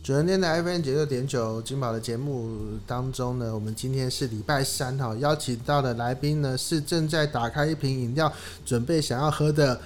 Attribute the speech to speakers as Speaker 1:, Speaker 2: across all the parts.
Speaker 1: 主人店的 FM96.9 金宝的节目当中呢，我们今天是礼拜三哈，邀请到的来宾呢是正在打开一瓶饮料，准备想要喝的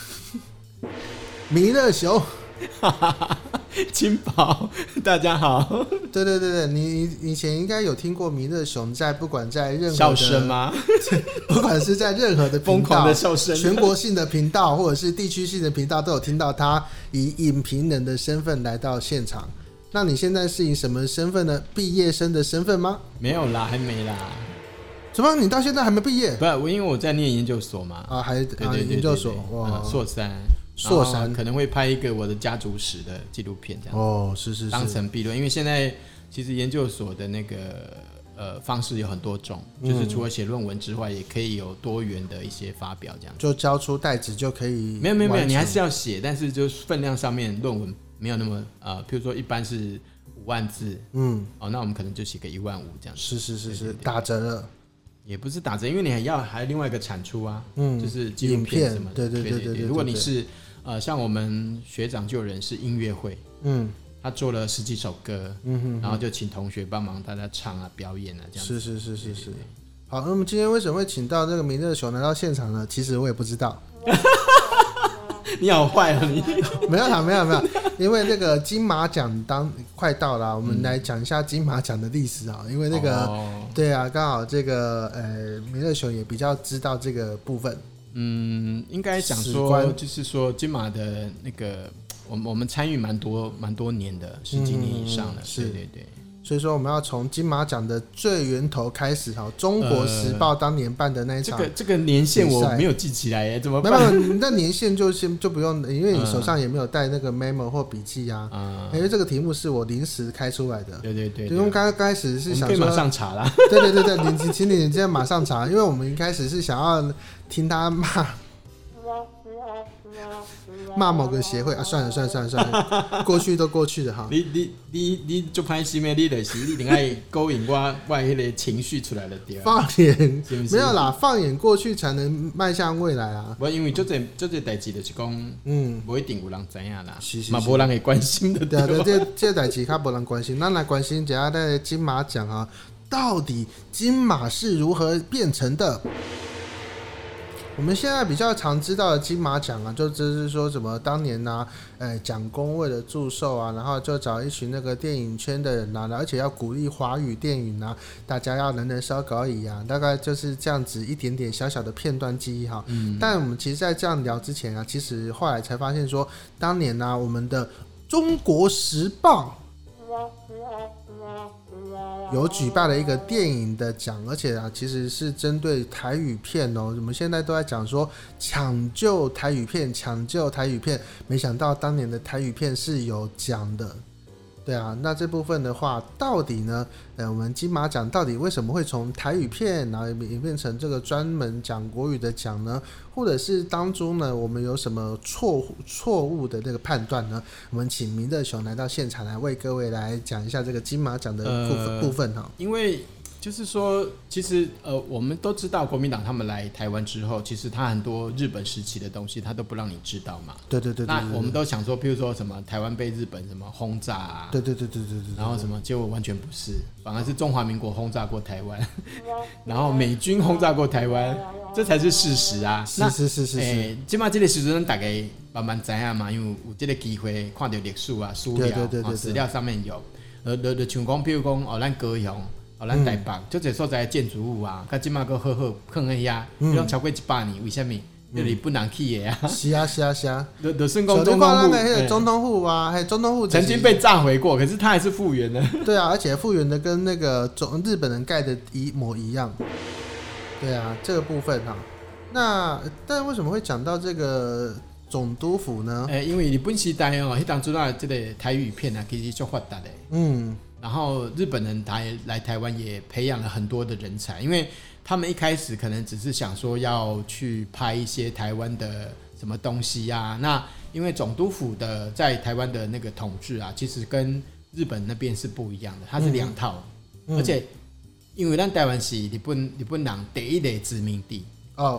Speaker 1: 弥勒熊。
Speaker 2: 金宝，大家好。
Speaker 1: 对，你以前应该有听过弥勒熊在不管在任何的
Speaker 2: 笑声吗？
Speaker 1: 不管是在任何的频道，
Speaker 2: 疯狂的笑声，
Speaker 1: 全国性的频道或者是地区性的频道都有听到他以影评人的身份来到现场。那你现在是以什么身份呢？毕业生的身份吗？
Speaker 2: 没有啦，还没啦。
Speaker 1: 什么？你到现在还没毕业？
Speaker 2: 不是，因为我在念研究所嘛。
Speaker 1: 啊，还
Speaker 2: 对
Speaker 1: 研究所，
Speaker 2: 哇，硕三。
Speaker 1: 硕三
Speaker 2: 可能会拍一个我的家族史的纪录片，这样
Speaker 1: 哦，是，
Speaker 2: 当成毕论。因为现在其实研究所的那个方式有很多种，就是除了写论文之外，也可以有多元的一些发表，这样
Speaker 1: 就交出袋子就可以。
Speaker 2: 没有，你还是要写，但是就分量上面论文没有那么譬如说一般是5万字，那我们可能就写个1万5这样。
Speaker 1: 是，打折了。
Speaker 2: 也不是打折，因为你还另外一个产出啊，就是纪录片什么的。对。如果你是像我们学长就有人是音乐会，他做了10几首歌，然后就请同学帮忙大家唱啊、表演啊，这样子。
Speaker 1: 是。好，那么今天为什么会请到这个弥勒熊来到现场呢？其实我也不知道。
Speaker 2: 你好坏啊你！
Speaker 1: 没有，因为那个金马奖快到了，我们来讲一下金马奖的历史啊。因为那个对啊，刚好这个弥勒熊也比较知道这个部分。
Speaker 2: 应该讲说，就是说金马的那个，我们参与蛮多年的，10几年以上了。对。
Speaker 1: 所以说我们要从金马奖的最源头开始哈，中国时报当年办的那一场，
Speaker 2: 这个年限我没有记起来耶，怎么办？
Speaker 1: 没有，那年限就不用，因为你手上也没有带那个 memo 或笔记啊。因为这个题目是我临时开出来的。对。因为刚开始是想说，
Speaker 2: 可以马上查啦。
Speaker 1: 对，请你现在马上查，因为我们一开始是想要听他骂某个协会啊，算了，过去都过去了哈。
Speaker 2: 你就拍戏咩？你就是你一定要勾引我那个情绪出来了对。
Speaker 1: 放眼没有啦，放眼过去才能迈向未来啊。
Speaker 2: 不，因为这代志就是讲，不一定有人知影啦，
Speaker 1: 嘛
Speaker 2: 无人会关心的。
Speaker 1: 对，这代志较无人关心，咱来关心一下那金马奖啊，到底金马是如何变成的？我们现在比较常知道的金马奖啊，就只是说什么当年啊，蒋公为了祝寿啊，然后就找一群那个电影圈的人啊，而且要鼓励华语电影啊，大家要人烧高椅啊，大概就是这样子一点点小小的片段记忆哈。但我们其实在这样聊之前啊，其实后来才发现说，当年啊，我们的《中国时报》有举办了一个电影的奖，而且啊，其实是针对台语片哦。我们现在都在讲说抢救台语片，没想到当年的台语片是有奖的。对啊，那这部分的话，到底呢？我们金马奖到底为什么会从台语片，然后演变成这个专门讲国语的奖呢？或者是当中呢，我们有什么错误的那个判断呢？我们请弥勒熊来到现场来为各位来讲一下这个金马奖的部分哈。
Speaker 2: 因为就是说，其实我们都知道国民党他们来台湾之后，其实他很多日本时期的东西，他都不让你知道嘛。
Speaker 1: 对。
Speaker 2: 那我们都想说，譬如说什么台湾被日本什么轰炸啊，
Speaker 1: 对。
Speaker 2: 然后什么，结果完全不是，反而是中华民国轰炸过台湾，然后美军轰炸过台湾，这才是事实啊。
Speaker 1: 是。
Speaker 2: 现在这个时阵大家慢慢知道嘛，因为有这个机会看到历史啊、资料、史料上面有，就像讲，譬如讲咱高雄。咱台北就这所在建筑物啊，到现在还好放在遐，用超过100年，为什么？就是不能去的啊。
Speaker 1: 是啊。
Speaker 2: 就算讲总统府，
Speaker 1: 总统府啊，总统府
Speaker 2: 曾经被炸毁过，可是它还是复原的。
Speaker 1: 对啊，而且复原的跟那个日本人盖的一模一样。对啊，这个部分哈。但为什么会讲到这个总督府呢？
Speaker 2: 因为日本时代哦，迄当初啊，这个台语片啊，其实就发达的。然后日本人来台湾也培养了很多的人才，因为他们一开始可能只是想说要去拍一些台湾的什么东西啊。那因为总督府的在台湾的那个统治啊，其实跟日本那边是不一样的，它是2套，而且因为咱台湾是日本人第一个殖民地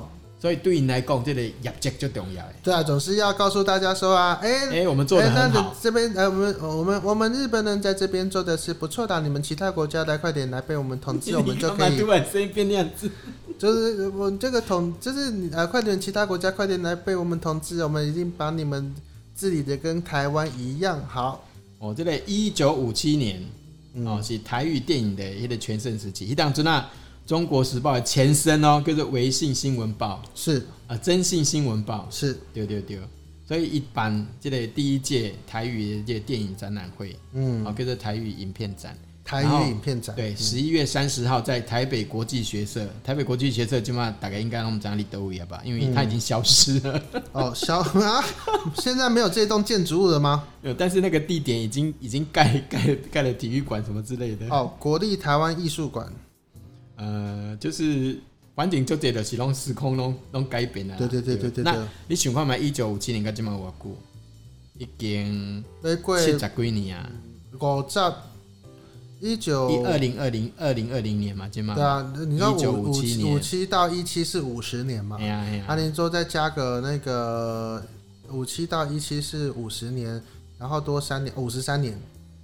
Speaker 2: 所以对你来讲，这个业绩就重要。
Speaker 1: 对啊，总是要告诉大家说啊，
Speaker 2: 我们做得很好。
Speaker 1: 这边我们日本人在这边做的是不错的，你们其他国家来快点来被我们统治，我们就可以。
Speaker 2: 突然声音变那样子，
Speaker 1: 就是我这个就是快点，其他国家快点来被我们统治，我们已经把你们治理的跟台湾一样好。
Speaker 2: 这个1957年是台语电影的一个全盛时期。那当中啊，中国时报的前身叫做微信新闻报，
Speaker 1: 是
Speaker 2: 征信新闻报，
Speaker 1: 是，
Speaker 2: 对。所以一般这个第一届台语的这个电影展览会，叫做台语影片展。
Speaker 1: 台语影片展，
Speaker 2: 对，11月30号在台北国际学社。台北国际学社基本上大概应该我们讲里都有吧，因为它已经消失了。
Speaker 1: 现在没有这栋建筑物了吗？
Speaker 2: 但是那个地点已经盖了体育馆什么之类的。
Speaker 1: 国立台湾艺术馆。
Speaker 2: 就是反正就这就是拢时空拢改变了。
Speaker 1: 对。
Speaker 2: 那你想看嘛？1957年到今嘛多久？已经70几年啊。2020年嘛，今嘛。
Speaker 1: 对啊，你知道
Speaker 2: 1957
Speaker 1: 到17是50年嘛？你说再加个那个57到17是50年，然后多3年，53年。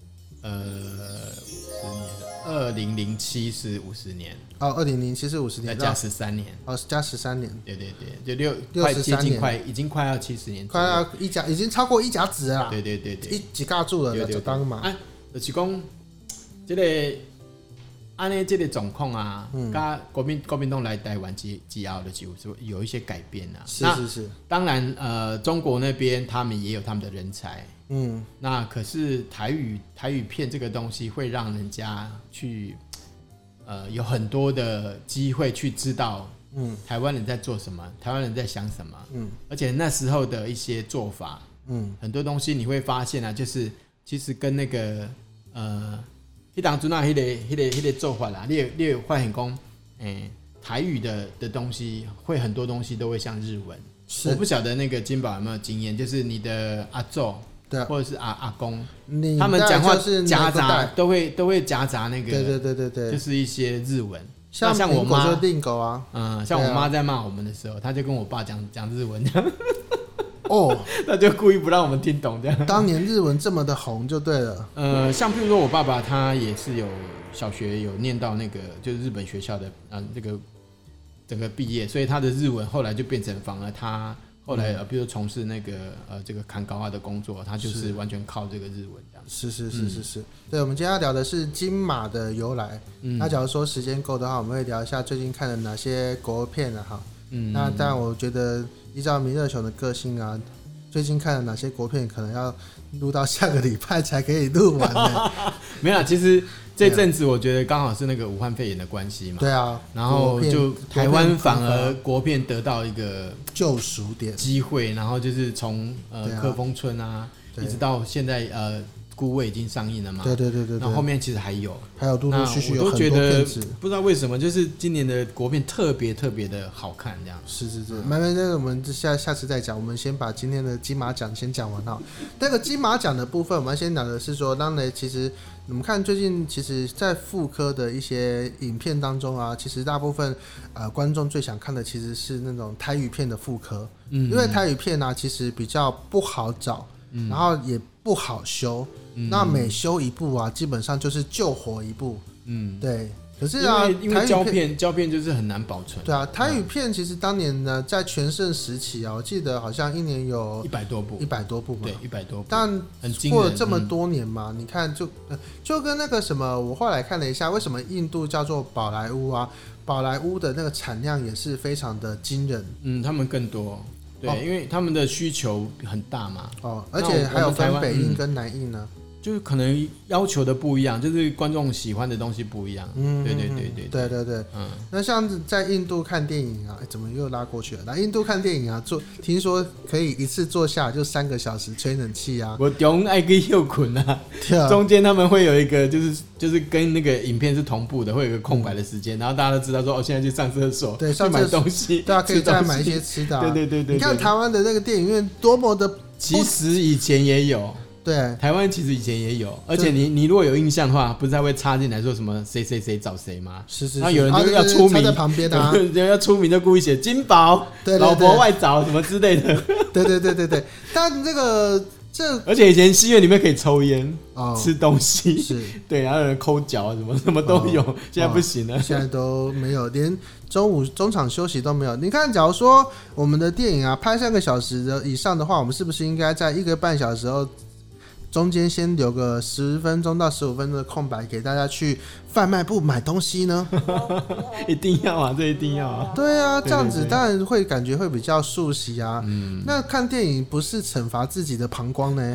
Speaker 2: 2007是50年
Speaker 1: 2007是50年，
Speaker 2: 再加13年
Speaker 1: 加13年，
Speaker 2: 对，就快接近已经快要70年，
Speaker 1: 快要已经超过一甲子了啦，
Speaker 2: 对，
Speaker 1: 一架住了，就当嘛，
Speaker 2: 就是讲这个按呢这个状况啊，跟国民党来台湾之后的就有一些改变啊，
Speaker 1: 是，
Speaker 2: 当然中国那边他们也有他们的人才。那可是台语片这个东西会让人家去有很多的机会去知道台湾人在做什么，台湾人在想什么，而且那时候的一些做法，很多东西你会发现啊，就是其实跟那个那当初那个做法啦，你有发现讲台语的东西会很多东西都会像日文，我不晓得那个金宝有没有经验，就是你的阿祖。或者是阿公，他们讲话夹杂都会夹杂那个，对，就是一些日文。像我妈
Speaker 1: 就定狗啊，
Speaker 2: 像我妈在骂我们的时候，她就跟我爸讲日文，
Speaker 1: 哦，
Speaker 2: 她就故意不让我们听懂这样。
Speaker 1: 当年日文这么的红就对了。
Speaker 2: 像譬如说我爸爸他也是有小学有念到那个就是日本学校的这个整个毕业，所以他的日文后来就变成反而他。后来比如从事那个这个砍高压的工作，他就是完全靠这个日文这样。
Speaker 1: 是。对，我们今天要聊的是金马的由来。那假如说时间够的话，我们会聊一下最近看了哪些国片啊哈。那当然，我觉得依照弥勒熊的个性啊，最近看了哪些国片，可能要录到下个礼拜才可以录完呢。
Speaker 2: 没有，其实这阵子我觉得刚好是那个武汉肺炎的关系嘛。
Speaker 1: 对啊。
Speaker 2: 然后就台湾反而国片得到一个
Speaker 1: 救赎点
Speaker 2: 机会，然后就是从客风村啊，一直到现在孤味已经上映了嘛。对。然后后面其实还有
Speaker 1: 陆陆续续有很多
Speaker 2: 片子，我都觉得不知道为什么，就是今年的国片特别的好看，这样。
Speaker 1: 是。慢慢我们下次再讲，我们先把今天的金马奖先讲完哈。那个金马奖的部分，我们先讲的是说，当然其实我们看最近，其实在复刻的一些影片当中啊，其实大部分观众最想看的其实是那种台语片的复刻，因为台语片啊其实比较不好找，然后也不好修。那每修一部啊，基本上就是救活一部。对。可是啊，
Speaker 2: 因为胶片就是很难保存。
Speaker 1: 对啊，台语片其实当年呢，在全盛时期啊，我记得好像一年有
Speaker 2: 100多部嘛。对，100多部。
Speaker 1: 但过了这么多年嘛，你看就跟那个什么，我后来看了一下，为什么印度叫做宝莱坞啊？宝莱坞的那个产量也是非常的惊人。
Speaker 2: 他们更多。对，因为他们的需求很大嘛。
Speaker 1: 而且还有分北印跟南印呢。
Speaker 2: 就是可能要求的不一样，就是观众喜欢的东西不一样。对。
Speaker 1: 那像在印度看电影啊，怎么又拉过去了？那印度看电影啊，听说可以一次坐下就3个小时吹冷气啊。
Speaker 2: 我中爱跟又困啊，中间他们会有一个就是跟那个影片是同步的，会有一个空白的时间，然后大家都知道说现在去上厕所，
Speaker 1: 对，
Speaker 2: 去买东西，
Speaker 1: 对啊，可以再买一些吃的。
Speaker 2: 对。
Speaker 1: 你看台湾的那个电影院多么的，
Speaker 2: 其实以前也有。
Speaker 1: 对，
Speaker 2: 台湾其实以前也有，而且你如果有印象的话，不是还会插进来说什么谁谁谁找谁吗？
Speaker 1: 是，
Speaker 2: 然后有人就要出名，
Speaker 1: 在旁边啊，
Speaker 2: 有人要出名就故意写金宝，老婆外找什么之类的。
Speaker 1: 对，但
Speaker 2: 而且以前戏院里面可以抽烟、吃东西，
Speaker 1: 是，
Speaker 2: 对，然后有人抠脚什么都有，现在不行了，
Speaker 1: 现在都没有，连中场休息都没有。你看，假如说我们的电影啊拍3个小时以上的话，我们是不是应该在1个半小时后中间先留个10分钟到15分钟的空白，给大家去贩卖部买东西呢？
Speaker 2: 一定要啊，这一定要啊！
Speaker 1: 对啊，这样子当然会感觉会比较熟悉啊。那看电影不是惩罚自己的膀胱呢？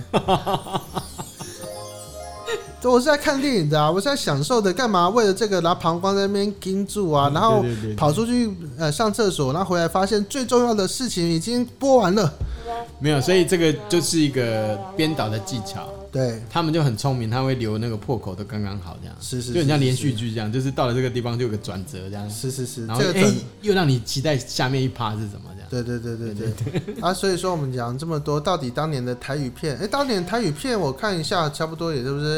Speaker 1: 我是在看电影的啊，我是在享受的，干嘛为了这个拿膀胱在那边盯住啊，然后跑出去上厕所，然后回来发现最重要的事情已经播完了。
Speaker 2: 没有，所以这个就是一个编导的技巧。
Speaker 1: 对，
Speaker 2: 他们就很聪明，他会留那个破口都刚刚好，这样
Speaker 1: 是，
Speaker 2: 就很像连续剧这样，就是到了这个地方就有个转折这样。
Speaker 1: 是，
Speaker 2: 然后又让你期待下面一趴是什么这样。
Speaker 1: 对啊，所以说我们讲这么多，到底当年的台语片，当年台语片我看一下，差不多也就是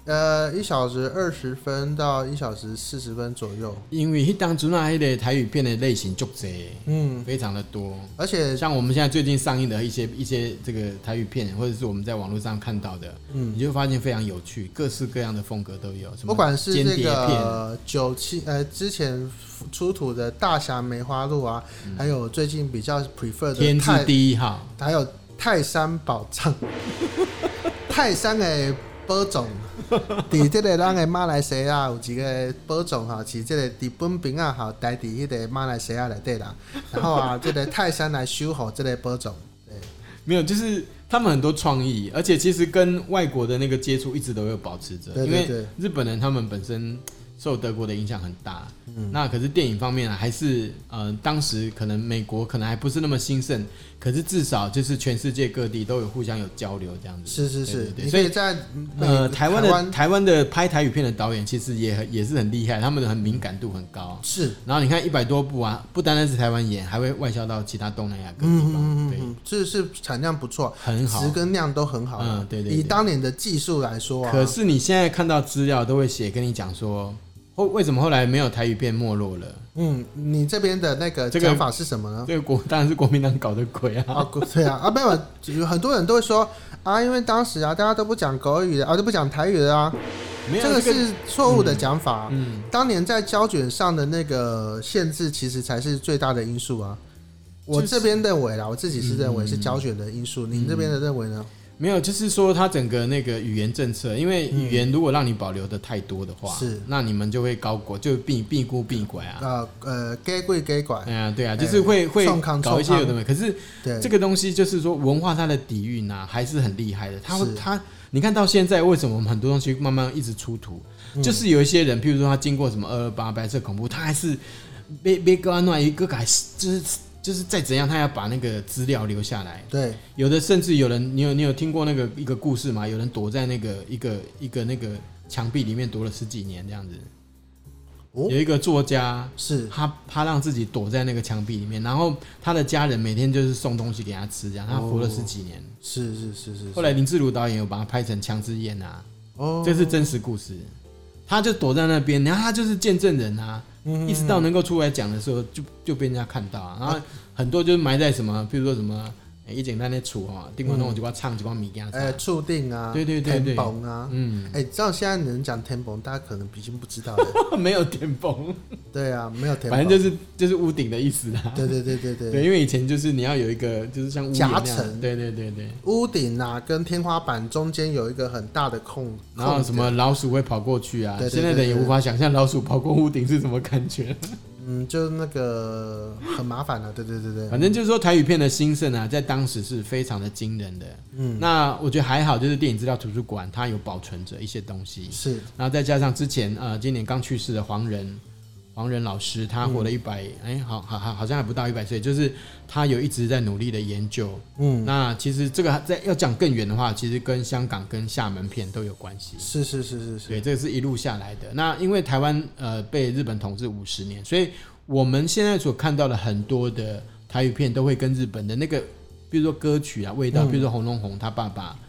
Speaker 1: 1小时20分到1小时40分左右。
Speaker 2: 因为当初那个台语片的类型足多，非常的多，
Speaker 1: 而且
Speaker 2: 像我们现在最近上映的一些这个台语片，或者是我们在网络上看到的，你就发现非常有趣，各式各样的风格都有，什么
Speaker 1: 不管是这
Speaker 2: 个
Speaker 1: 之前出土的大侠梅花鹿啊，还有最近比较 prefer 的
Speaker 2: 天字第1号，
Speaker 1: 还有泰山宝藏，泰山的宝藏。伫这个咱的马来西亚有一个宝藏哈，是这个日本兵啊哈待伫迄个马来西亚内底啦，然后啊，这个泰山来守护这个宝藏。对，
Speaker 2: 没有，就是他们很多创意，而且其实跟外国的那个接触一直都有保持着，因为日本人他们本身受德国的影响很大，那可是电影方面还是当时可能美国可能还不是那么兴盛，可是至少就是全世界各地都有互相有交流这样子。
Speaker 1: 是，你可以在
Speaker 2: 台湾的拍台语片的导演其实也是很厉害，他们的敏感度很高。
Speaker 1: 是，
Speaker 2: 然后你看100多部啊，不单单是台湾演，还会外销到其他东南亚各地方。
Speaker 1: 对，是产量不错，
Speaker 2: 很好，
Speaker 1: 质跟量都很好。对，以当年的技术来说啊，
Speaker 2: 可是你现在看到资料都会写跟你讲说。为什么后来没有台语片没落了？
Speaker 1: 你这边的那个讲法是什么呢？
Speaker 2: 这个当然是国民党搞的鬼啊！
Speaker 1: 对啊，没有，很多人都会说啊，因为当时啊，大家都不讲国语的啊，都不讲台语的啊，这个是错误的讲法。当年在胶卷上的那个限制，其实才是最大的因素啊。我这边认为啦，我自己是认为是胶卷的因素，您这边的认为呢？
Speaker 2: 没有，就是说它整个那个语言政策，因为语言如果让你保留的太多的话，那你们就会高国，就避孤避拐啊。
Speaker 1: 给贵给拐。
Speaker 2: 对啊，就是会搞一些有的没。可是这个东西就是说文化它的底蕴啊，还是很厉害的。它你看到现在为什么我们很多东西慢慢一直出土，就是有一些人，譬如说他经过什么228白色恐怖，他还是被个安那一个改，就是再怎样，他要把那个资料留下来。
Speaker 1: 对，
Speaker 2: 有的甚至有人，你有听过那个一个故事吗？有人躲在那个一个那个墙壁里面躲了10几年这样子。有一个作家
Speaker 1: 是
Speaker 2: 他让自己躲在那个墙壁里面，然后他的家人每天就是送东西给他吃，这样他活了10几年。
Speaker 1: 是。
Speaker 2: 后来林志儒导演有把他拍成《枪之焰》啊，这是真实故事。他就躲在那边，然后他就是见证人啊。一直到能够出来讲的时候，就被人家看到啊。然后很多就是埋在什么，比如说什么，以前在那厝啊，顶管弄就光唱就光米件，
Speaker 1: 触定啊，
Speaker 2: 对，
Speaker 1: 天崩啊，知道现在人讲天崩，大家可能已经不知道了。
Speaker 2: 没有天崩，
Speaker 1: 对啊，没有天崩，
Speaker 2: 反正就是屋顶的意思啦。
Speaker 1: 对，
Speaker 2: 因为以前就是你要有一个，就是像屋
Speaker 1: 夹层，
Speaker 2: 对，
Speaker 1: 屋顶啊跟天花板中间有一个很大的空，
Speaker 2: 然后什么老鼠会跑过去啊，现在人也无法想象老鼠跑过屋顶是什么感觉。
Speaker 1: 就那个很麻烦了，对，
Speaker 2: 反正就是说台语片的兴盛啊，在当时是非常的惊人的。那我觉得还好，就是电影资料图书馆它有保存着一些东西，
Speaker 1: 是，
Speaker 2: 然后再加上之前今年刚去世的黄仁老师，他活了好像还不到100岁，就是他有一直在努力的研究。那其实这个要讲更远的话，其实跟香港跟厦门片都有关系。
Speaker 1: 是，
Speaker 2: 对，这个是一路下来的。那因为台湾被日本统治50年，所以我们现在所看到的很多的台语片都会跟日本的那个，比如说歌曲啊味道，比如说洪荣宏他爸爸，
Speaker 1: 对。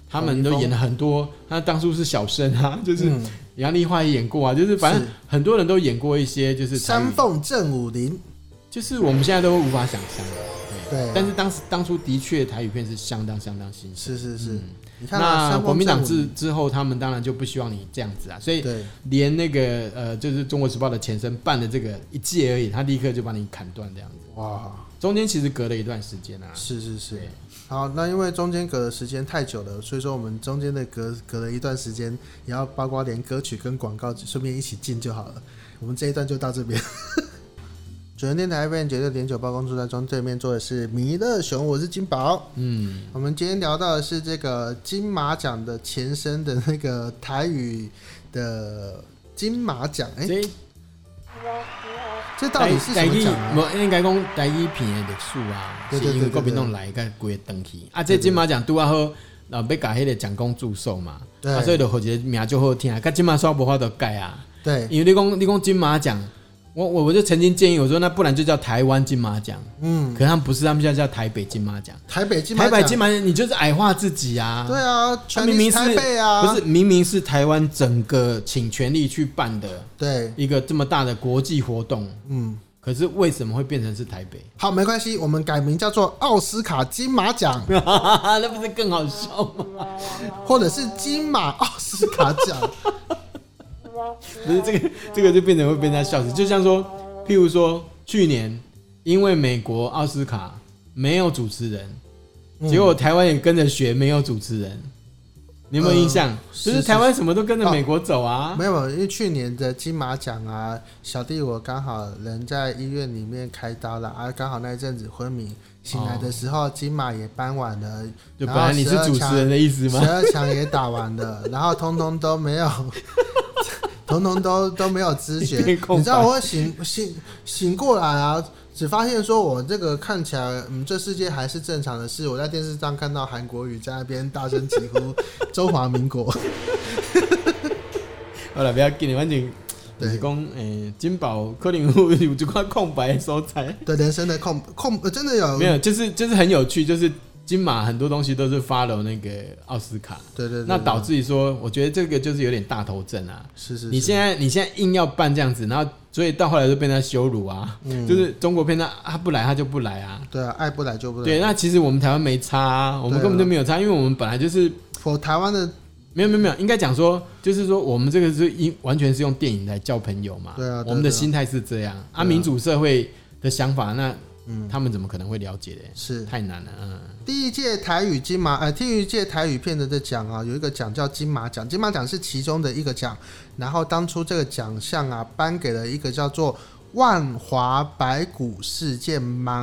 Speaker 2: 他们都演了很多。他当初是小生啊，就是杨丽花也演过啊，就是反正很多人都演过一些，就是
Speaker 1: 山凤郑武林，
Speaker 2: 就是我们现在都无法想象的。
Speaker 1: 对，
Speaker 2: 但是当初的确台语片是相当新鲜。
Speaker 1: 是。你看
Speaker 2: 那国民党之后，他们当然就不希望你这样子啊，所以连那个就是中国时报的前身办的这个一届而已，他立刻就把你砍断这样子。哇，中间其实隔了一段时间啊。
Speaker 1: 是。好，那因为中间隔的时间太久了，所以说我们中间的隔了一段时间，也要包括连歌曲跟广告顺便一起进就好了。我们这一段就到这边。主人电台 FM96.9报公处在中，对面坐的是弥勒熊，我是金宝。我们今天聊到的是这个金马奖的前身的那个台语的金马奖。这到底是什么奖啊？
Speaker 2: 应该讲台语片的历史啊，是因为国民党来个规个登去啊。这金马奖拄啊好，要甲迄个奖功祝寿嘛，所以就好一个名就好听啊。甲金马煞无法度改啊。对，因为你讲金马奖。我就曾经建议我说，那不然就叫台湾金马奖。可是他们不是，他们现在叫台北金马奖。台北金马奖，你就是矮化自己啊！对啊，明明是台北啊，不是明明是台湾整个请全力去办的，对一个这么大的国际活动。可是为什么会变成是台北？好，没关系，我们改名叫做奥斯卡金马奖，那不是更好笑吗？或者是金马奥斯卡奖。不是这个就变成会被人家笑死，就像说，譬如说去年因为美国奥斯卡没有主持人，结果台湾也跟着学没有主持人，你有没有印象？就是台湾什么都跟着美国走啊。没有，因为去年的金马奖啊，小弟我刚好人在医院里面开刀了啊，刚好那一阵子昏迷，醒来的时候金马也颁完了，就本来你是主持人的意思吗？12强也打完了，然后通通都没有。统统都没有知觉，你知道我会醒过来啊，只发现说我这个看起来，这世界还是正常的事。我在电视上看到韩国瑜在那边大声疾呼“中华民国”。好了，不要紧，反正就是讲，金宝可能有一块空白的所在，对人生的空，真的有没有？就是很有趣，就是。金马很多东西都是 follow 那个奥斯卡，对，那导致于说，我觉得这个就是有点大头症啊。是，你现在硬要办这样子，然后所以到后来就被他羞辱啊，就是中国片他不来他就不来啊，对啊，爱不来就不来。对，那其实我们台湾没差啊，我们根本就没有差，因为我们本来就是台湾的，没有，应该讲说，就是说我们这个是完全是用电影来交朋友嘛，对啊，我们的心态是这样啊，民主社会的想法那。他们怎么可能会了解的？是太难了。第一届台语金马，第一届台语片的奖啊，有一个奖叫金马奖，金马奖是其中的一个奖。然后当初这个奖项啊，颁给了一个叫做万华白骨事件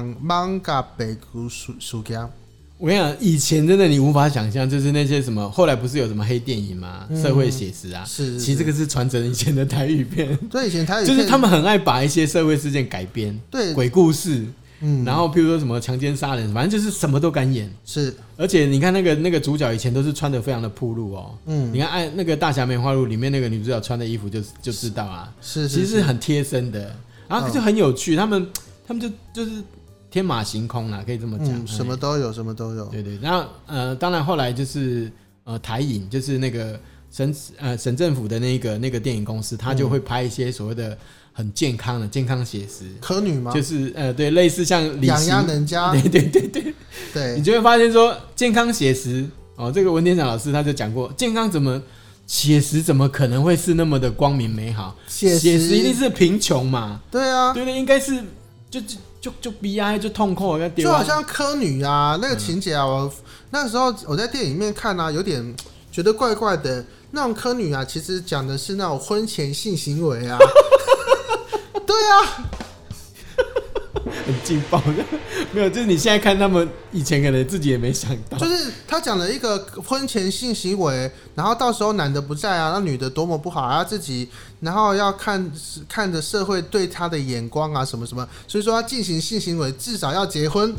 Speaker 2: manga 白骨事件。我跟你讲，以前真的你无法想象，就是那些什么，后来不是有什么黑电影吗？社会写实啊，是其实这个是传承以前的台语片。对，以前台语片就是他们很爱把一些社会事件改编，对，鬼故事。然后譬如说什么强奸杀人，反正就是什么都敢演。是，而且你看那个主角以前都是穿得非常的暴露哦。你看那个大侠梅花鹿里面那个女主角穿的衣服就知道啊。是，其实是很贴身的，然后就很有趣。他们就是天马行空啦，可以这么讲。什么都有，什么都有。对，然后当然后来就是台影，就是那个省政府的那个电影公司，他就会拍一些所谓的。很健康写实，科女吗？就是对，类似像养鸭人家，对，你就会发现说健康写实哦，这个文天祥老师他就讲过，健康写实怎么可能会是那么的光明美好？写实一定是贫穷嘛？对啊，对，应该是就悲哀就痛苦，就好像科女啊那个情节啊，我那时候我在电影里面看啊，有点觉得怪怪的。那种科女啊，其实讲的是那种婚前性行为啊。对啊，很劲爆的，没有，就是你现在看他们以前可能自己也没想到，就是他讲了一个婚前性行为，然后到时候男的不在啊，那女的多么不好啊，自己然后要看着社会对他的眼光啊什么什么，所以说他进行性行为至少要结婚。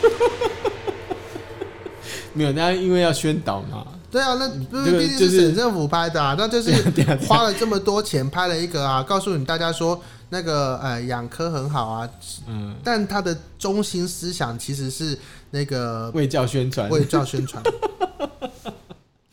Speaker 2: 没有，那因为要宣导嘛。对啊，那毕竟是省政府拍的啊，那就是花了这么多钱拍了一个啊，告诉你大家说那个养科很好啊，但它的中心思想其实是那个卫教宣传。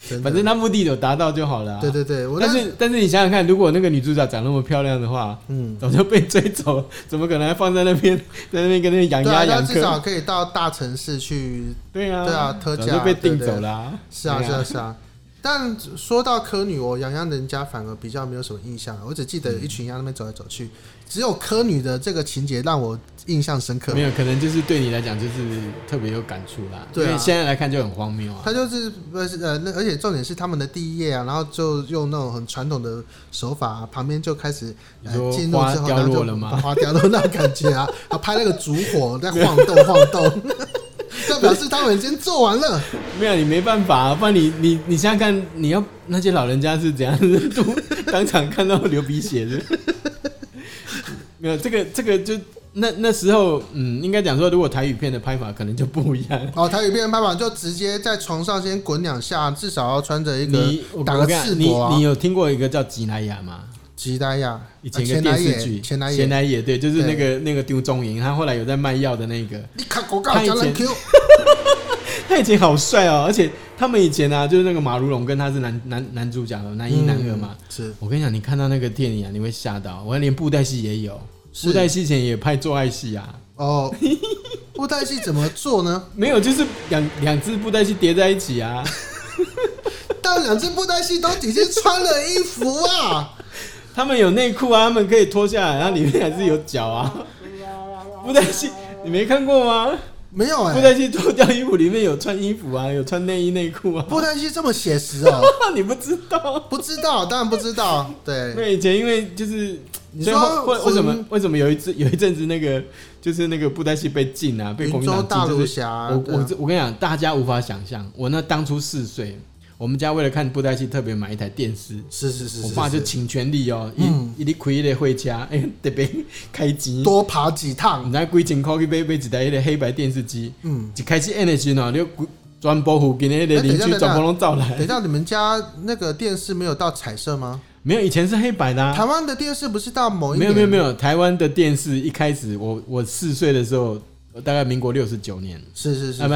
Speaker 2: 反正他目的有达到就好了、啊。
Speaker 1: 对对对，
Speaker 2: 但是你想想看，如果那个女主角长那么漂亮的话，早就被追走，怎么可能还放在那边，在那边跟那养鸭养客？
Speaker 1: 至少可以到大城市去。
Speaker 2: 对啊，
Speaker 1: 特价
Speaker 2: 早就被订走了、啊。
Speaker 1: 是啊。但说到柯女，我养人家反而比较没有什么印象，我只记得一群鸭那边走来走去，只有柯女的这个情节让我印象深刻。
Speaker 2: 没有，可能就是对你来讲就是特别有感触啦。对、啊，因为现在来看就很荒谬啊。
Speaker 1: 他就是而且重点是他们的第一页啊，然后就用那种很传统的手法、啊，旁边就开始进入之后，
Speaker 2: 掉落了吗？
Speaker 1: 花掉落那种感觉啊，拍那个烛火在晃动。这表示他们已经做完了。
Speaker 2: 没有，你没办法、啊，不然你想想看，你要那些老人家是怎样当场看到流鼻血的？没有，这个就那时候，应该讲说，如果台语片的拍法可能就不一样。
Speaker 1: 哦，台语片的拍法就直接在床上先滚2下，至少要穿着一个打个赤膊啊。
Speaker 2: 你有听过一个叫吉莱雅吗？
Speaker 1: 吉莱雅
Speaker 2: 以前一个电视剧，前来也对，就是那个丢中营，他后来有在卖药的那个。
Speaker 1: 你看广告讲人 Q。
Speaker 2: 他以前好帅哦，而且他们以前啊，就是那个马如龙跟他是男主角，男一男二嘛。
Speaker 1: 是
Speaker 2: 我跟你讲，你看到那个电影啊，你会吓到。我连布袋戏也有，布袋戏前也拍做爱戏啊。
Speaker 1: 哦，布袋戏怎么做呢？
Speaker 2: 没有，就是两只布袋戏叠在一起啊。
Speaker 1: 但2只布袋戏都已经穿了衣服啊。
Speaker 2: 他们有内裤啊，他们可以脱下来，然后里面还是有脚啊。布袋戏你没看过吗？
Speaker 1: 没有
Speaker 2: 布袋戏脱掉衣服，里面有穿衣服啊，有穿内衣内裤啊。
Speaker 1: 布袋戏这么写实哦？
Speaker 2: 你不知道？
Speaker 1: 不知道，当然不知道。对，
Speaker 2: 那以前因为就是
Speaker 1: 你说
Speaker 2: 为什么有一阵子那个就是那个布袋戏被禁啊，被国民党禁。
Speaker 1: 云州大儒侠。
Speaker 2: 我跟你讲，大家无法想象，我那当初4岁。我们家为了看布袋戏，特别买一台电视。
Speaker 1: 是，
Speaker 2: 我爸就请全力哦，一直开那个会车，特别开钱，
Speaker 1: 多爬几趟。
Speaker 2: 你知道几千块去买一台那个黑白电视机，一开始按的时候，你全部附近的那个邻居全部都照来。
Speaker 1: 等一下，你们家那个电视没有到彩色吗？
Speaker 2: 没有，以前是黑白的、啊。
Speaker 1: 台湾的电视不是到某一年？
Speaker 2: 没有，台湾的电视一开始，我4岁的时候。大概民国69年，
Speaker 1: 是，
Speaker 2: 不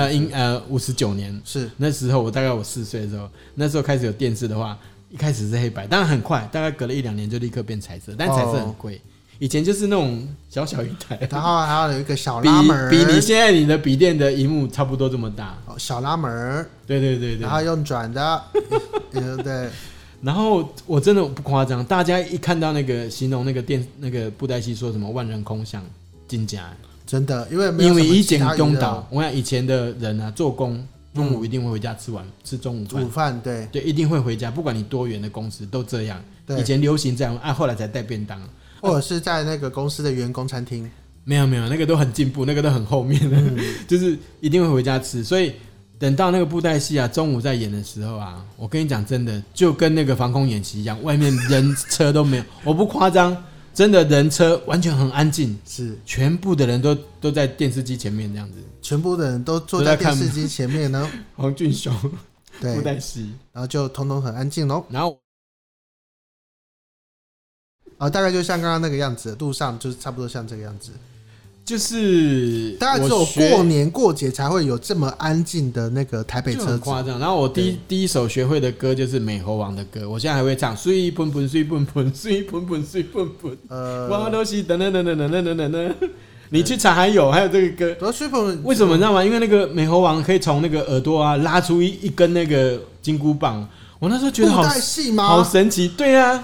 Speaker 2: 59年，
Speaker 1: 是
Speaker 2: 那时候我大概我4岁的时候，那时候开始有电视的话，一开始是黑白，当然很快，大概隔了1-2年就立刻变彩色，但彩色很贵。以前就是那种小一台，
Speaker 1: 然后还有一个小拉门，
Speaker 2: 比你现在你的笔电的萤幕差不多这么大，
Speaker 1: 小拉门，
Speaker 2: 对，
Speaker 1: 然后用转的，对。
Speaker 2: 然后我真的不夸张，大家一看到那个形容那个布袋戏说什么万人空巷，真假。
Speaker 1: 真的，因为
Speaker 2: 以前中岛，我想以前的人啊，做工中午一定会回家吃中午饭，
Speaker 1: 对，
Speaker 2: 一定会回家，不管你多远的公司都这样。以前流行这样，后来才带便当，
Speaker 1: 或者是在那个公司的员工餐厅。
Speaker 2: 没有，那个都很进步，那个都很后面的，就是一定会回家吃。所以等到那个布袋戏啊，中午在演的时候啊，我跟你讲，真的就跟那个防空演习一样，外面人车都没有，我不夸张。真的人车完全很安静，
Speaker 1: 是全
Speaker 2: 部的人都在电视机前面这样子，
Speaker 1: 全部的人都坐在电视机前面呢。
Speaker 2: 黄俊雄布袋戏，
Speaker 1: 然后就通通很安静咯。
Speaker 2: 然后
Speaker 1: 大概就像刚刚那个样子，路上就是差不多像这个样子。
Speaker 2: 就是
Speaker 1: 大概只有过年过节才会有这么安静的那个台北车子，
Speaker 2: 夸张。然后我第一首学会的歌就是美猴王的歌，我现在还会唱水喷喷水喷喷水喷喷水喷喷，我都是等等等等等等等等。你去查还有这个歌，为什么你知道吗？因为那个美猴王可以从那个耳朵啊拉出一根那个金箍棒，我那时候觉得好神奇，对啊，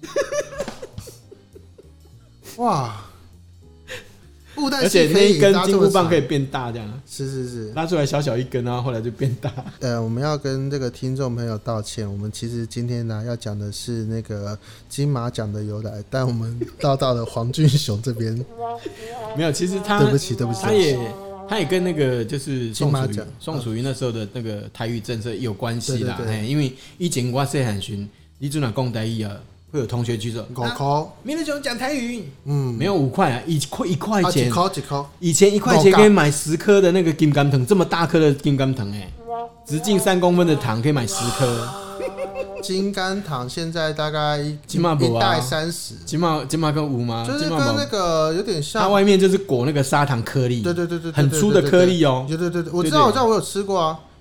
Speaker 1: 哇！
Speaker 2: 而且那一根金箍棒可以变大，这样
Speaker 1: 是
Speaker 2: 拉出来小一根，然后后来就变大。
Speaker 1: 我们要跟这个听众朋友道歉，我们其实今天呢要讲的是那个金马奖的由来，但我们到了黄俊雄这边
Speaker 2: 没有。其实他
Speaker 1: 对不起，
Speaker 2: 他也跟那个就是宋楚瑜那时候的那个台语政策有关系啦。因为以前我细汉时，你准哪讲台语啊？会有同学举手
Speaker 1: 5块，
Speaker 2: 明日雄讲台语，没有5块啊，一块钱，
Speaker 1: 一块，
Speaker 2: 以前1块钱可以买10颗的那个金甘糖，这么大颗的金甘糖，直径3公分的糖可以买10颗。
Speaker 1: 金甘糖现在大概一袋30，
Speaker 2: 金马跟5吗？
Speaker 1: 就是跟那个有点像，
Speaker 2: 它外面就是裹那个砂糖颗粒，
Speaker 1: 对，
Speaker 2: 很粗的颗粒哦。
Speaker 1: 对，我知道，我有吃过啊。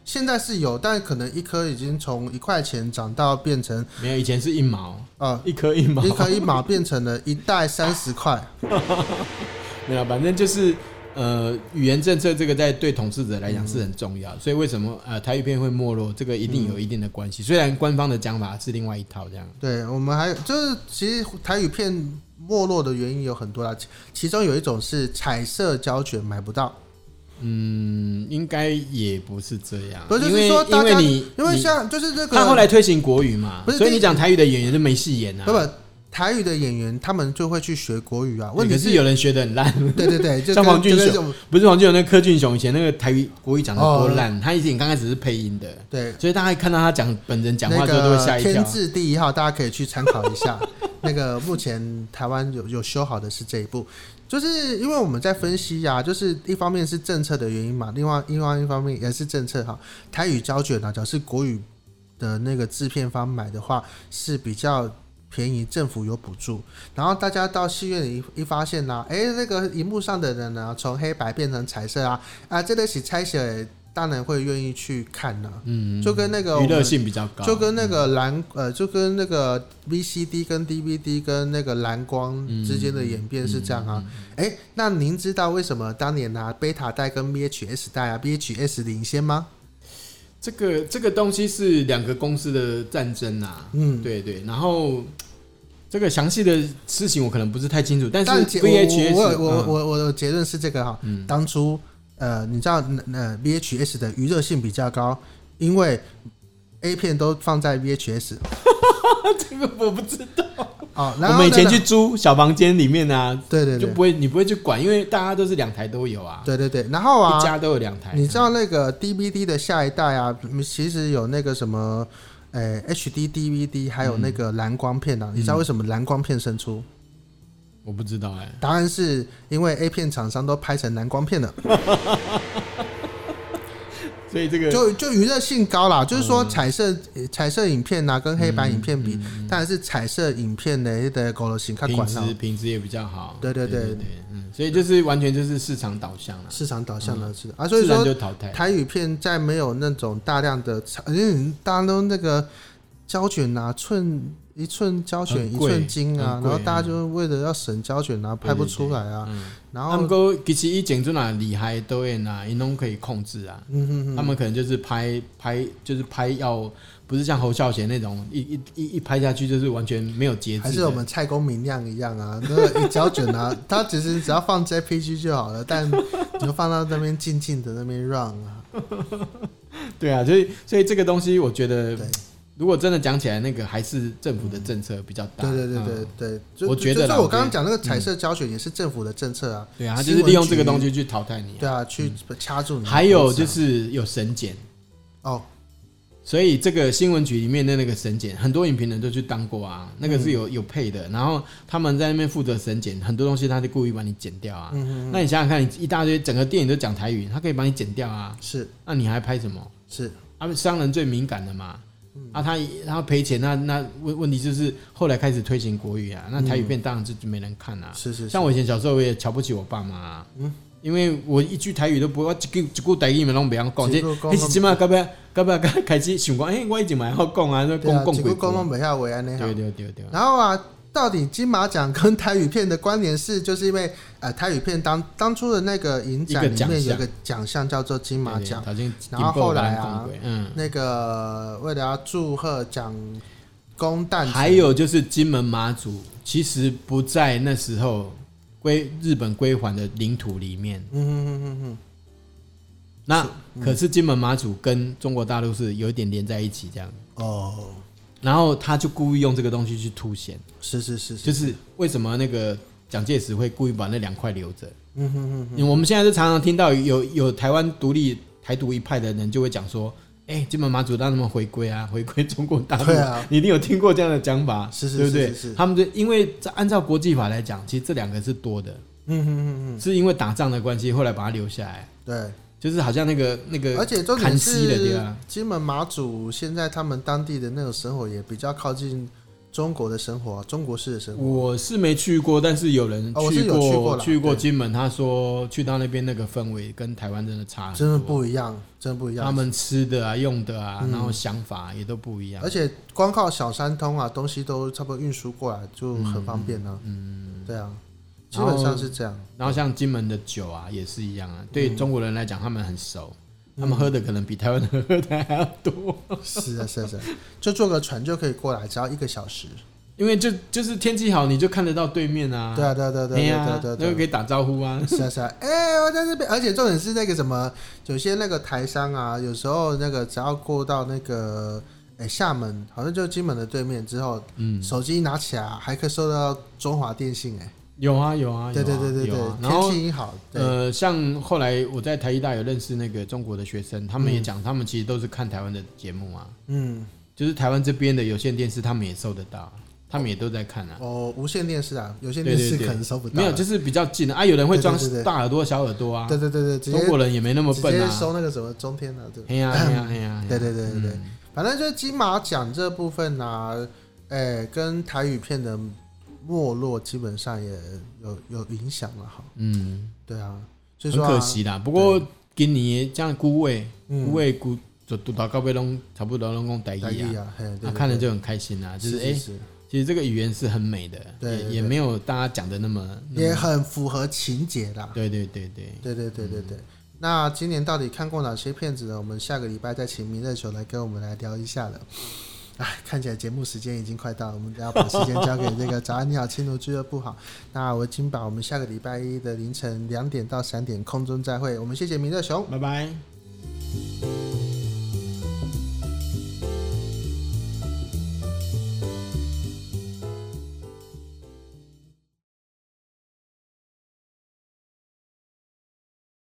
Speaker 1: 现在是有，但可能一颗已经从1块钱涨到变成
Speaker 2: 没有，以前是1毛，一颗1毛，
Speaker 1: 一颗1毛变成了1袋30块。
Speaker 2: 没有，反正就是语言政策这个在对统治者来讲是很重要，所以为什么台语片会没落，这个一定有一定的关系。虽然官方的讲法是另外一套这样。
Speaker 1: 对，我们还就是其实台语片没落的原因有很多啦，其中有一种是彩色胶卷买不到。
Speaker 2: 应该也不是这样，
Speaker 1: 不是就是说大家
Speaker 2: 因
Speaker 1: 为像就是这个
Speaker 2: 他后来推行国语嘛，所以你讲台语的演员就没戏演啊。
Speaker 1: 不，台语的演员他们就会去学国语啊。问题
Speaker 2: 是有人学得很烂，
Speaker 1: 对对对，就
Speaker 2: 像黄俊雄，不是黄俊雄，那柯俊雄以前那个台语国语讲得多烂，他以前刚开始是配音的，
Speaker 1: 对，
Speaker 2: 所以大家看到他讲本人讲话之后都会吓一跳。
Speaker 1: 天字第1号大家可以去参考一下，那个目前台湾有修好的是这一部。就是因为我们在分析啊，就是一方面是政策的原因嘛，另外一方面也是政策哈。台语胶卷啊，假如是国语的那个制片方买的话，是比较便宜，政府有补助。然后大家到戏院里一发现啊，那个荧幕上的人呢，从黑白变成彩色啊，这个是拆写。当然会愿意去看呢、就跟那个
Speaker 2: 娱乐性比较高，
Speaker 1: 就跟那个就跟那个 VCD 跟 DVD 跟那个蓝光之间的演变是这样啊。那您知道为什么当年贝塔带跟 VHS 带VHS 领先吗？
Speaker 2: 这个东西是2个公司的战争啊。对对，然后这个详细的事情我可能不是太清楚，但是 VHS
Speaker 1: 我的结论是这个哈，当初。你知道VHS 的娱乐性比较高，因为 A 片都放在 VHS。
Speaker 2: 这个我不知道。
Speaker 1: 然后
Speaker 2: 我们以前去租小房间里面啊，
Speaker 1: 对对
Speaker 2: 对，你不会去管，因为大家都是2台都有啊。
Speaker 1: 对对对，然后
Speaker 2: 一家都有2台。
Speaker 1: 你知道那个 DVD 的下一代啊，其实有那个什么HD DVD， 还有那个蓝光片啊。你知道为什么蓝光片胜出？
Speaker 2: 我不知道
Speaker 1: 答案是因为 A 片厂商都拍成蓝光片了。
Speaker 2: 所以这个
Speaker 1: 就娱乐性高啦，就是说彩色影片跟黑白影片比，当然是彩色影片的狗的型看管了，
Speaker 2: 品质也比较好。
Speaker 1: 对对对，
Speaker 2: 所以就是完全就是市场导向了，
Speaker 1: 市场导向的是所以说
Speaker 2: 就淘汰
Speaker 1: 台语片在没有那种大量的，因为大家都那个胶卷一寸胶卷1寸金啊，然后大家就为了要省胶卷拍不出来啊。然后
Speaker 2: 其实以前阵厉害导演他们可以控制啊。他们可能就是拍要不是像侯孝贤那种一拍下去就是完全没有节制，
Speaker 1: 还是我们蔡公明亮一样啊，那个一胶卷他其实只要放 JPG 就好了，但你就放到那边静静的那边 run 啊。
Speaker 2: 对啊，所以这个东西我觉得。如果真的讲起来，那个还是政府的政策比较大。
Speaker 1: 对，
Speaker 2: 我觉得
Speaker 1: 就是我刚刚讲那个彩色胶卷也是政府的政策啊。
Speaker 2: 对啊，他就是利用这个东西去淘汰你。
Speaker 1: 对啊，去掐住你。
Speaker 2: 还有就是有审检所以这个新闻局里面的那个审检，很多影评人都去当过啊，那个是有配的。然后他们在那边负责审检，很多东西他就故意把你剪掉啊。那你想想看，你一大堆整个电影都讲台语，他可以把你剪掉啊。
Speaker 1: 是，
Speaker 2: 那你还拍什么？
Speaker 1: 是，
Speaker 2: 商人最敏感的嘛。他赔钱，那问题就是后来开始推行国语啊，那台语片当然就没人看啊。
Speaker 1: 是，
Speaker 2: 像我以前小时候我也瞧不起我爸妈因为我一句台语都不会，我一句台语都不会讲，这是现在到尾开始想讲，我以前嘛要讲啊，讲
Speaker 1: 几句讲都不晓会安尼。
Speaker 2: 对。
Speaker 1: 然后到底金马奖跟台语片的关联是，就是因为台语片当初的那个影展里面有一个奖项叫做金马奖，然后后来那个为了要祝贺蒋公诞辰，
Speaker 2: 还有就是金门马祖其实不在那时候日本归还的领土里面。那可是金门马祖跟中国大陆是有一点连在一起这样。然后他就故意用这个东西去凸显，
Speaker 1: 是，
Speaker 2: 就是为什么那个蒋介石会故意把那2块留着？因为我们现在就常常听到有台湾台独一派的人就会讲说，金门马祖让他们回归啊，回归中国大陆。
Speaker 1: 对啊，
Speaker 2: 你一定有听过这样的讲法，对不对？
Speaker 1: 是。
Speaker 2: 他们因为按照国际法来讲，其实这2个是多的。是因为打仗的关系，后来把它留下来。
Speaker 1: 对。
Speaker 2: 就是好像那个，
Speaker 1: 而且重点是金门马祖现在他们当地的那种生活也比较靠近中国的生活，中国式的生活。
Speaker 2: 我是没去过，但是有人去过金门，他说去到那边那个氛围跟台湾真的差很多，
Speaker 1: 真的不一样，真的不一样。
Speaker 2: 他们吃的啊、用的啊，然后想法也都不一样。
Speaker 1: 而且光靠小三通啊，东西都差不多运输过来就很方便啊。对啊，基本上是这样。
Speaker 2: 然后像金门的酒啊，也是一样啊。对中国人来讲，他们很熟。他们喝的可能比台湾人喝的还要多。
Speaker 1: 是啊，是啊，是啊，就坐个船就可以过来，只要1个小时。
Speaker 2: 因为就是天气好，你就看得到对面啊。
Speaker 1: 对啊，对啊，对啊，对啊，对啊，
Speaker 2: 那个可以打招呼啊。
Speaker 1: 是啊，是啊，我在这边，而且重点是那个什么，有些那个台商啊，有时候那个只要过到那个厦门，好像就金门的对面之后，手机拿起来还可以收到中华电信
Speaker 2: 有啊，
Speaker 1: 对对对对对，天气一好，
Speaker 2: 像后来我在台艺大有认识那个中国的学生，他们也讲，他们其实都是看台湾的节目啊，就是台湾这边的有线电视，他们也收得到，他们也都在看啊。
Speaker 1: 无线电视啊，有线电视可能收不到，
Speaker 2: 没有，就是比较近啊。有人会装大耳朵、小耳朵啊。
Speaker 1: 对对对对，
Speaker 2: 中国人也没那么笨啊，
Speaker 1: 直接收那个什么中天啊，对。
Speaker 2: 嘿呀嘿呀嘿呀，
Speaker 1: 对对对对对，反正就是金马奖这部分啊，跟台语片的没落基本上也有影响了哈。对啊，所以说
Speaker 2: 很可惜啦。不过今年这样孤味就读到高飞拢差不多拢讲台语啊，看了就很开心啊。就是其实这个语言是很美的，也没有大家讲的那么，
Speaker 1: 也很符合情节啦。
Speaker 2: 对。
Speaker 1: 那今年到底看过哪些片子呢？我们下个礼拜再请明热球来跟我们来聊一下了。看起来节目时间已经快到了，我们要把时间交给这个早安你好青奴俱乐部好。那我金宝，我们下个礼拜一的凌晨2点到3点空中再会。我们谢谢明热熊，
Speaker 2: 拜拜。